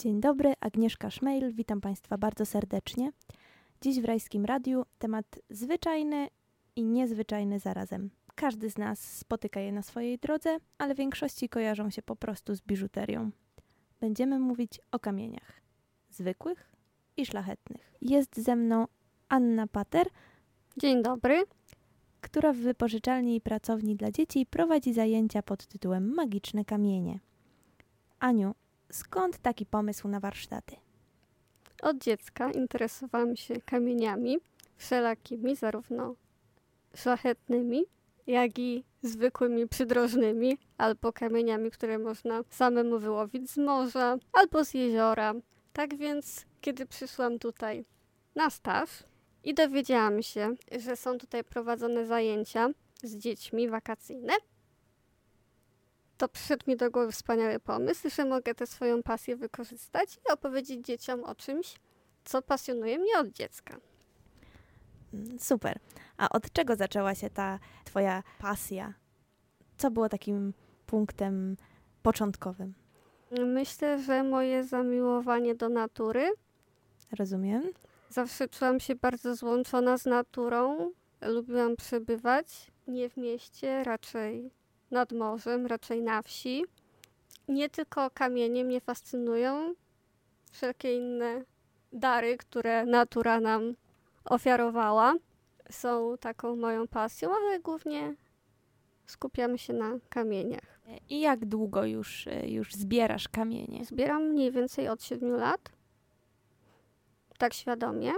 Dzień dobry, Agnieszka Szmejl, witam Państwa bardzo serdecznie. Dziś w Rajskim Radiu temat zwyczajny i niezwyczajny zarazem. Każdy z nas spotyka je na swojej drodze, ale w większości kojarzą się po prostu z biżuterią. Będziemy mówić o kamieniach, zwykłych i szlachetnych. Jest ze mną Anna Pater. Dzień dobry. Która w wypożyczalni i pracowni dla dzieci prowadzi zajęcia pod tytułem Magiczne kamienie. Aniu, skąd taki pomysł na warsztaty? Od dziecka interesowałam się kamieniami wszelakimi, zarówno szlachetnymi, jak i zwykłymi przydrożnymi, albo kamieniami, które można samemu wyłowić z morza, albo z jeziora. Tak więc, kiedy przyszłam tutaj na staż i dowiedziałam się, że są tutaj prowadzone zajęcia z dziećmi wakacyjne, to przyszedł mi do głowy wspaniały pomysł, że mogę tę swoją pasję wykorzystać i opowiedzieć dzieciom o czymś, co pasjonuje mnie od dziecka. Super. A od czego zaczęła się ta twoja pasja? Co było takim punktem początkowym? Myślę, że moje zamiłowanie do natury. Rozumiem. Zawsze czułam się bardzo złączona z naturą. Lubiłam przebywać nie w mieście, raczej nad morzem, raczej na wsi. Nie tylko kamienie mnie fascynują, wszelkie inne dary, które natura nam ofiarowała, są taką moją pasją, ale głównie skupiamy się na kamieniach. I jak długo już zbierasz kamienie? Zbieram mniej więcej od 7 lat, tak świadomie.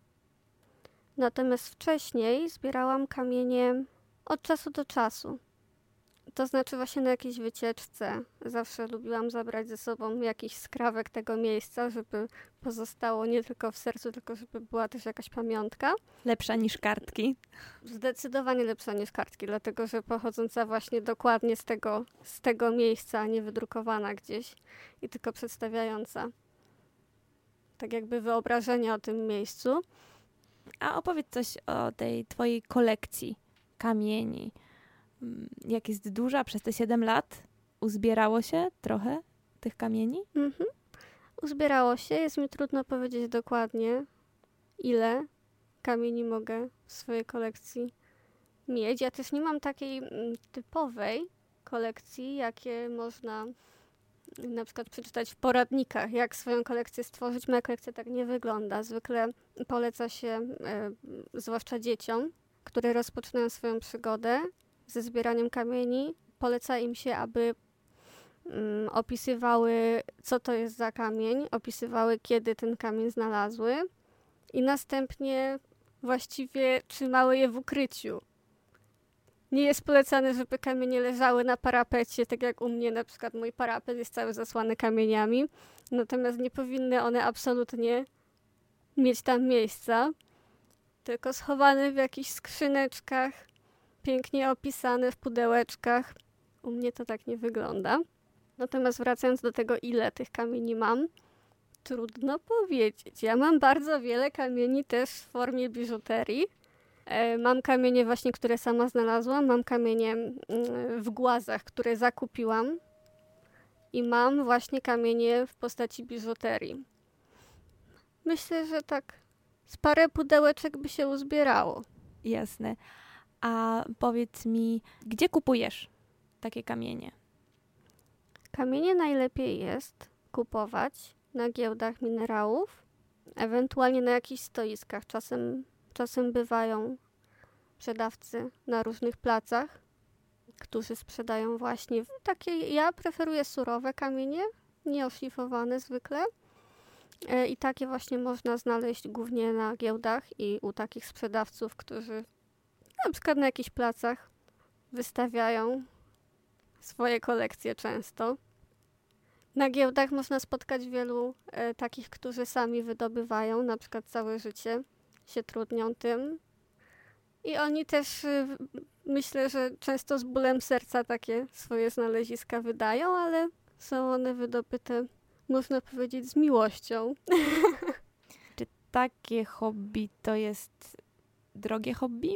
Natomiast wcześniej zbierałam kamienie od czasu do czasu. To znaczy właśnie na jakiejś wycieczce. Zawsze lubiłam zabrać ze sobą jakiś skrawek tego miejsca, żeby pozostało nie tylko w sercu, tylko żeby była też jakaś pamiątka. Lepsza niż kartki? Zdecydowanie lepsza niż kartki, dlatego że pochodząca właśnie dokładnie z tego miejsca, a nie wydrukowana gdzieś i tylko przedstawiająca tak jakby wyobrażenie o tym miejscu. A opowiedz coś o tej twojej kolekcji kamieni. Jak jest duża przez te 7 lat? Uzbierało się trochę tych kamieni? Uzbierało się. Jest mi trudno powiedzieć dokładnie, ile kamieni mogę w swojej kolekcji mieć. Ja też nie mam takiej typowej kolekcji, jakie można na przykład przeczytać w poradnikach, jak swoją kolekcję stworzyć. Moja kolekcja tak nie wygląda. Zwykle poleca się, zwłaszcza dzieciom, które rozpoczynają swoją przygodę ze zbieraniem kamieni, poleca im się, aby opisywały, co to jest za kamień, opisywały, kiedy ten kamień znalazły i następnie właściwie trzymały je w ukryciu. Nie jest polecane, żeby kamienie leżały na parapecie, tak jak u mnie na przykład mój parapet jest cały zasłany kamieniami, natomiast nie powinny one absolutnie mieć tam miejsca, tylko schowane w jakichś skrzyneczkach, pięknie opisane w pudełeczkach. U mnie to tak nie wygląda. Natomiast wracając do tego, ile tych kamieni mam, trudno powiedzieć. Ja mam bardzo wiele kamieni też w formie biżuterii. Mam kamienie właśnie, które sama znalazłam. Mam kamienie w głazach, które zakupiłam. I mam właśnie kamienie w postaci biżuterii. Myślę, że tak z parę pudełeczek by się uzbierało. Jasne. A powiedz mi, gdzie kupujesz takie kamienie? Kamienie najlepiej jest kupować na giełdach minerałów, ewentualnie na jakichś stoiskach. Czasem bywają sprzedawcy na różnych placach, którzy sprzedają właśnie takie, ja preferuję surowe kamienie, nieoszlifowane zwykle. I takie właśnie można znaleźć głównie na giełdach i u takich sprzedawców, którzy na przykład na jakichś placach wystawiają swoje kolekcje często. Na giełdach można spotkać wielu takich, którzy sami wydobywają, na przykład całe życie się trudnią tym. I oni też myślę, że często z bólem serca takie swoje znaleziska wydają, ale są one wydobyte, można powiedzieć, z miłością. Czy takie hobby to jest drogie hobby?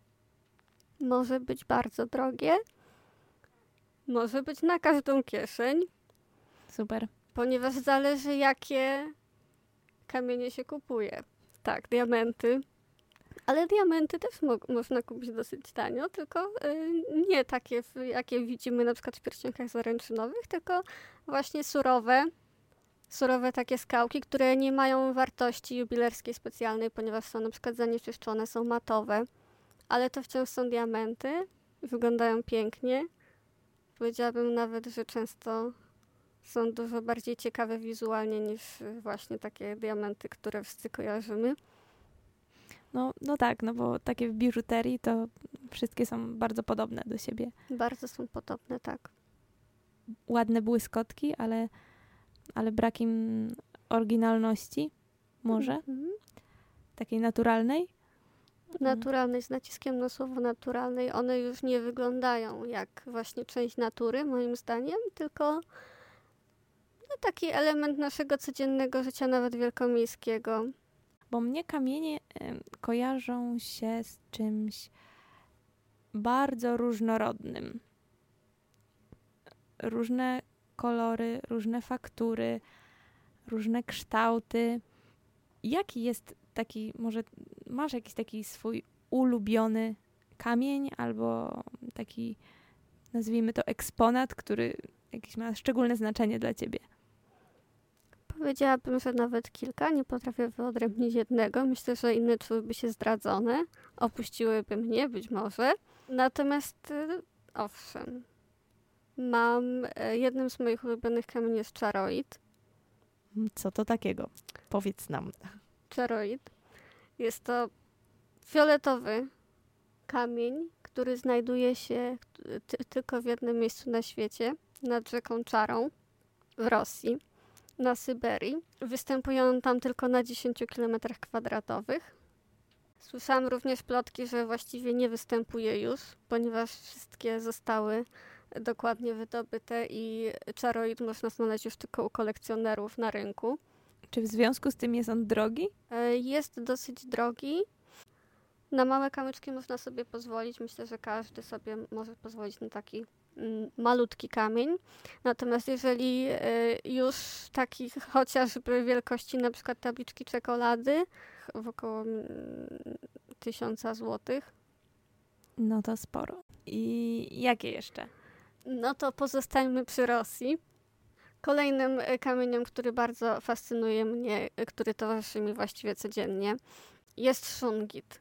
Może być bardzo drogie, może być na każdą kieszeń. Super. ponieważ zależy, jakie kamienie się kupuje. Tak, diamenty. Ale diamenty też można kupić dosyć tanio, tylko nie takie, jakie widzimy na przykład w pierścionkach zaręczynowych, tylko właśnie surowe takie skałki, które nie mają wartości jubilerskiej specjalnej, ponieważ są na przykład zanieczyszczone, są matowe, ale to wciąż są diamenty, wyglądają pięknie. Powiedziałabym nawet, że często są dużo bardziej ciekawe wizualnie niż właśnie takie diamenty, które wszyscy kojarzymy. No tak, no bo takie w biżuterii to wszystkie są bardzo podobne do siebie. Bardzo są podobne, tak. Ładne błyskotki, ale brak im oryginalności może, takiej naturalnej. Naturalnej, z naciskiem na słowo naturalnej. One już nie wyglądają jak właśnie część natury, moim zdaniem, tylko taki element naszego codziennego życia, nawet wielkomiejskiego. Bo mnie kamienie kojarzą się z czymś bardzo różnorodnym. Różne kolory, różne faktury, różne kształty. Jaki jest taki, może masz jakiś taki swój ulubiony kamień albo taki, nazwijmy to, eksponat, który jakiś ma szczególne znaczenie dla ciebie? Powiedziałabym, że nawet kilka. Nie potrafię wyodrębnić jednego. Myślę, że inne czułyby się zdradzone. Opuściłyby mnie, być może. Natomiast owszem, jednym z moich ulubionych kamieni jest czaroid. Co to takiego? Powiedz nam. Czaroid. Jest to fioletowy kamień, który znajduje się tylko w jednym miejscu na świecie, nad rzeką Czarą w Rosji, na Syberii. Występuje on tam tylko na 10 km². Słyszałam również plotki, że właściwie nie występuje już, ponieważ wszystkie zostały dokładnie wydobyte i czaroid można znaleźć już tylko u kolekcjonerów na rynku. Czy w związku z tym jest on drogi? Jest dosyć drogi. Na małe kamyczki można sobie pozwolić. Myślę, że każdy sobie może pozwolić na taki malutki kamień. Natomiast jeżeli już taki chociażby wielkości na przykład tabliczki czekolady w około 1000 złotych. No to sporo. I jakie jeszcze? No to pozostańmy przy Rosji. Kolejnym kamieniem, który bardzo fascynuje mnie, który towarzyszy mi właściwie codziennie, jest szungit.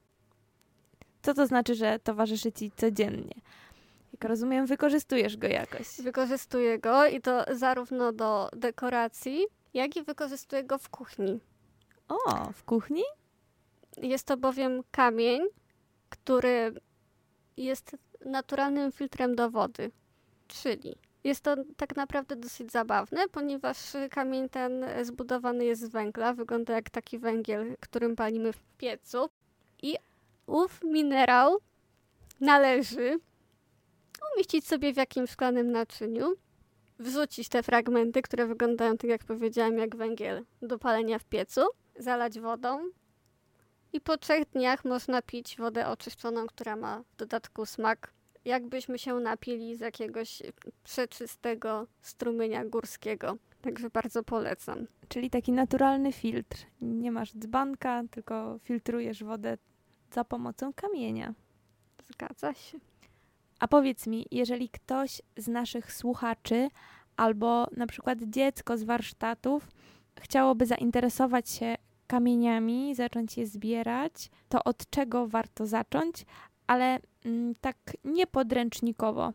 Co to znaczy, że towarzyszy ci codziennie? Jak rozumiem, wykorzystujesz go jakoś. Wykorzystuję go i to zarówno do dekoracji, jak i wykorzystuję go w kuchni. O, w kuchni? Jest to bowiem kamień, który jest naturalnym filtrem do wody, czyli jest to tak naprawdę dosyć zabawne, ponieważ kamień ten zbudowany jest z węgla, wygląda jak taki węgiel, którym palimy w piecu. I ów minerał należy umieścić sobie w jakimś szklanym naczyniu, wrzucić te fragmenty, które wyglądają, tak jak powiedziałam, jak węgiel do palenia w piecu, zalać wodą i po 3 dniach można pić wodę oczyszczoną, która ma w dodatku smak, jakbyśmy się napili z jakiegoś przeczystego strumienia górskiego. Także bardzo polecam. Czyli taki naturalny filtr. Nie masz dzbanka, tylko filtrujesz wodę za pomocą kamienia. Zgadza się. A powiedz mi, jeżeli ktoś z naszych słuchaczy albo na przykład dziecko z warsztatów chciałoby zainteresować się kamieniami, zacząć je zbierać, to od czego warto zacząć, ale tak niepodręcznikowo?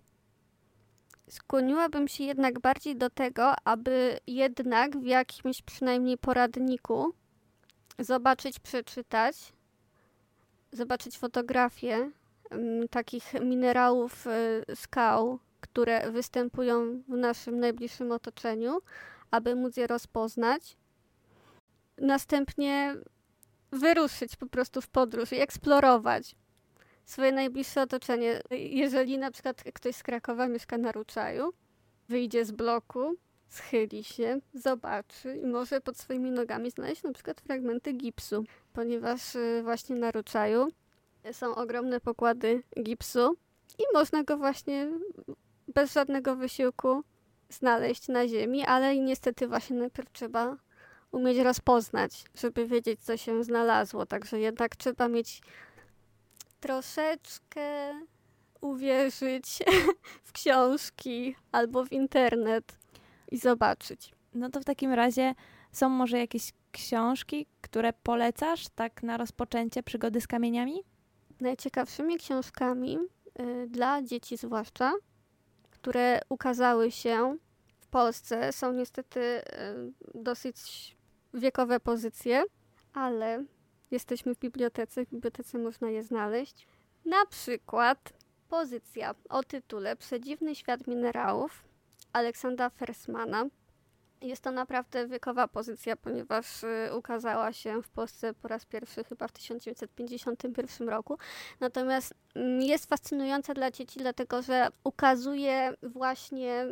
Skłoniłabym się jednak bardziej do tego, aby jednak w jakimś przynajmniej poradniku przeczytać, zobaczyć fotografie takich minerałów skał, które występują w naszym najbliższym otoczeniu, aby móc je rozpoznać. Następnie wyruszyć po prostu w podróż i eksplorować swoje najbliższe otoczenie. Jeżeli na przykład ktoś z Krakowa mieszka na Ruczaju, wyjdzie z bloku, schyli się, zobaczy i może pod swoimi nogami znaleźć na przykład fragmenty gipsu, ponieważ właśnie na Ruczaju są ogromne pokłady gipsu i można go właśnie bez żadnego wysiłku znaleźć na ziemi, ale niestety właśnie najpierw trzeba umieć rozpoznać, żeby wiedzieć, co się znalazło. Także jednak trzeba mieć troszeczkę uwierzyć w książki albo w internet i zobaczyć. No to w takim razie są może jakieś książki, które polecasz tak na rozpoczęcie przygody z kamieniami? Najciekawszymi książkami dla dzieci zwłaszcza, które ukazały się w Polsce, są niestety dosyć wiekowe pozycje, ale jesteśmy w bibliotece można je znaleźć. Na przykład pozycja o tytule Przedziwny świat minerałów Aleksandra Fersmana. Jest to naprawdę wiekowa pozycja, ponieważ ukazała się w Polsce po raz pierwszy chyba w 1951 roku. Natomiast jest fascynująca dla dzieci, dlatego że ukazuje właśnie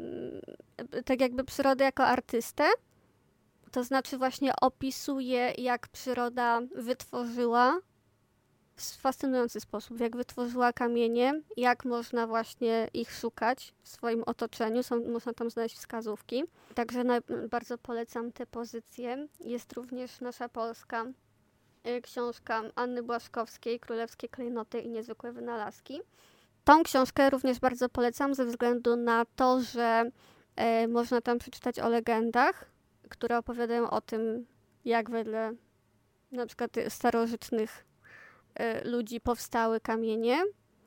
tak jakby przyrodę jako artystę. To znaczy właśnie opisuje, jak przyroda wytworzyła w fascynujący sposób, jak wytworzyła kamienie, jak można właśnie ich szukać w swoim otoczeniu. Można tam znaleźć wskazówki. Także bardzo polecam te pozycje. Jest również nasza polska książka Anny Błaszkowskiej, Królewskie klejnoty i niezwykłe wynalazki. Tą książkę również bardzo polecam ze względu na to, że można tam przeczytać o legendach, które opowiadają o tym, jak wedle na przykład starożytnych ludzi powstały kamienie,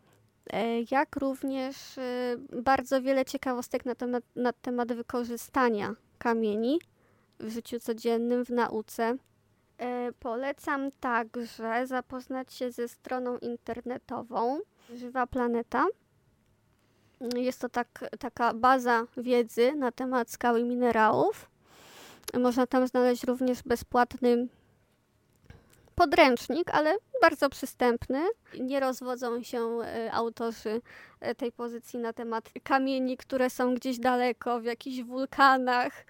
jak również bardzo wiele ciekawostek na temat wykorzystania kamieni w życiu codziennym, w nauce. Polecam także zapoznać się ze stroną internetową Żywa Planeta. Jest to taka baza wiedzy na temat skał i minerałów. Można tam znaleźć również bezpłatny podręcznik, ale bardzo przystępny. Nie rozwodzą się autorzy tej pozycji na temat kamieni, które są gdzieś daleko, w jakichś wulkanach,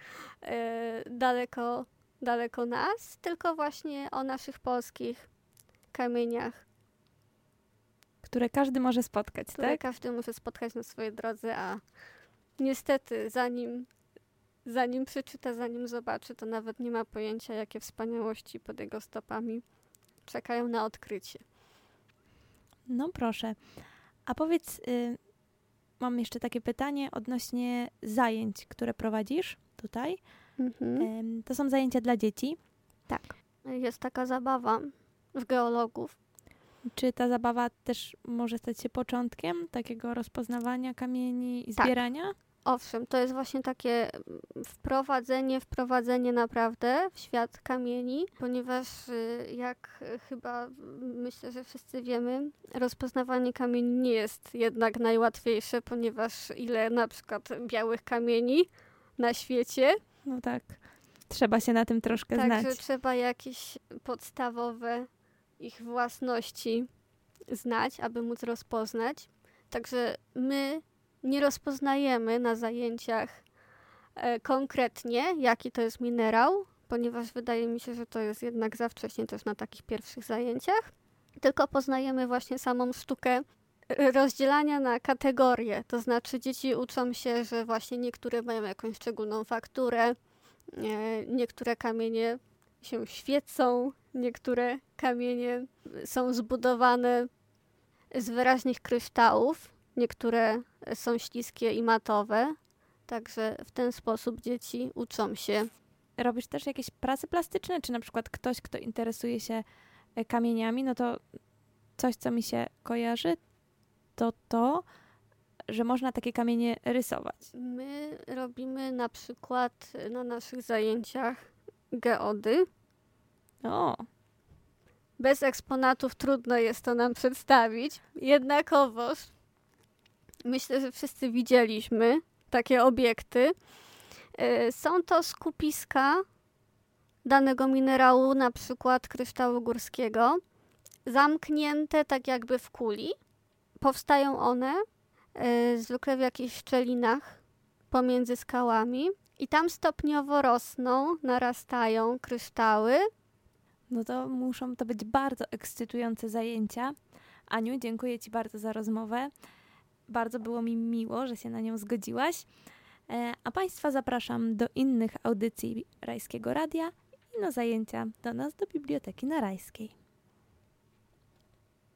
daleko nas, tylko właśnie o naszych polskich kamieniach. Które każdy może spotkać, które tak? Każdy może spotkać na swojej drodze, a niestety zanim przeczyta, zanim zobaczy, to nawet nie ma pojęcia, jakie wspaniałości pod jego stopami czekają na odkrycie. No proszę. A powiedz, mam jeszcze takie pytanie odnośnie zajęć, które prowadzisz tutaj. To są zajęcia dla dzieci? Tak. Jest taka zabawa w geologów. Czy ta zabawa też może stać się początkiem takiego rozpoznawania kamieni i zbierania? Owszem, to jest właśnie takie wprowadzenie naprawdę w świat kamieni, ponieważ jak chyba myślę, że wszyscy wiemy, rozpoznawanie kamieni nie jest jednak najłatwiejsze, ponieważ ile na przykład białych kamieni na świecie. No tak, trzeba się na tym troszkę znać. Także trzeba jakieś podstawowe ich własności znać, aby móc rozpoznać. Także my nie rozpoznajemy na zajęciach konkretnie, jaki to jest minerał, ponieważ wydaje mi się, że to jest jednak za wcześnie też na takich pierwszych zajęciach. Tylko poznajemy właśnie samą sztukę rozdzielania na kategorie. To znaczy dzieci uczą się, że właśnie niektóre mają jakąś szczególną fakturę, niektóre kamienie się świecą, niektóre kamienie są zbudowane z wyraźnych kryształów, niektóre są śliskie i matowe, także w ten sposób dzieci uczą się. Robisz też jakieś prace plastyczne, czy na przykład ktoś, kto interesuje się kamieniami, no to coś, co mi się kojarzy, to, że można takie kamienie rysować. My robimy na przykład na naszych zajęciach geody. O! Bez eksponatów trudno jest to nam przedstawić. Jednakowoż myślę, że wszyscy widzieliśmy takie obiekty. Są to skupiska danego minerału, na przykład kryształu górskiego, zamknięte tak jakby w kuli. Powstają one zwykle w jakichś szczelinach pomiędzy skałami i tam stopniowo rosną, narastają kryształy. No to muszą to być bardzo ekscytujące zajęcia. Aniu, dziękuję Ci bardzo za rozmowę. Bardzo było mi miło, że się na nią zgodziłaś. A Państwa zapraszam do innych audycji Rajskiego Radia i na zajęcia do nas do Biblioteki na Rajskiej.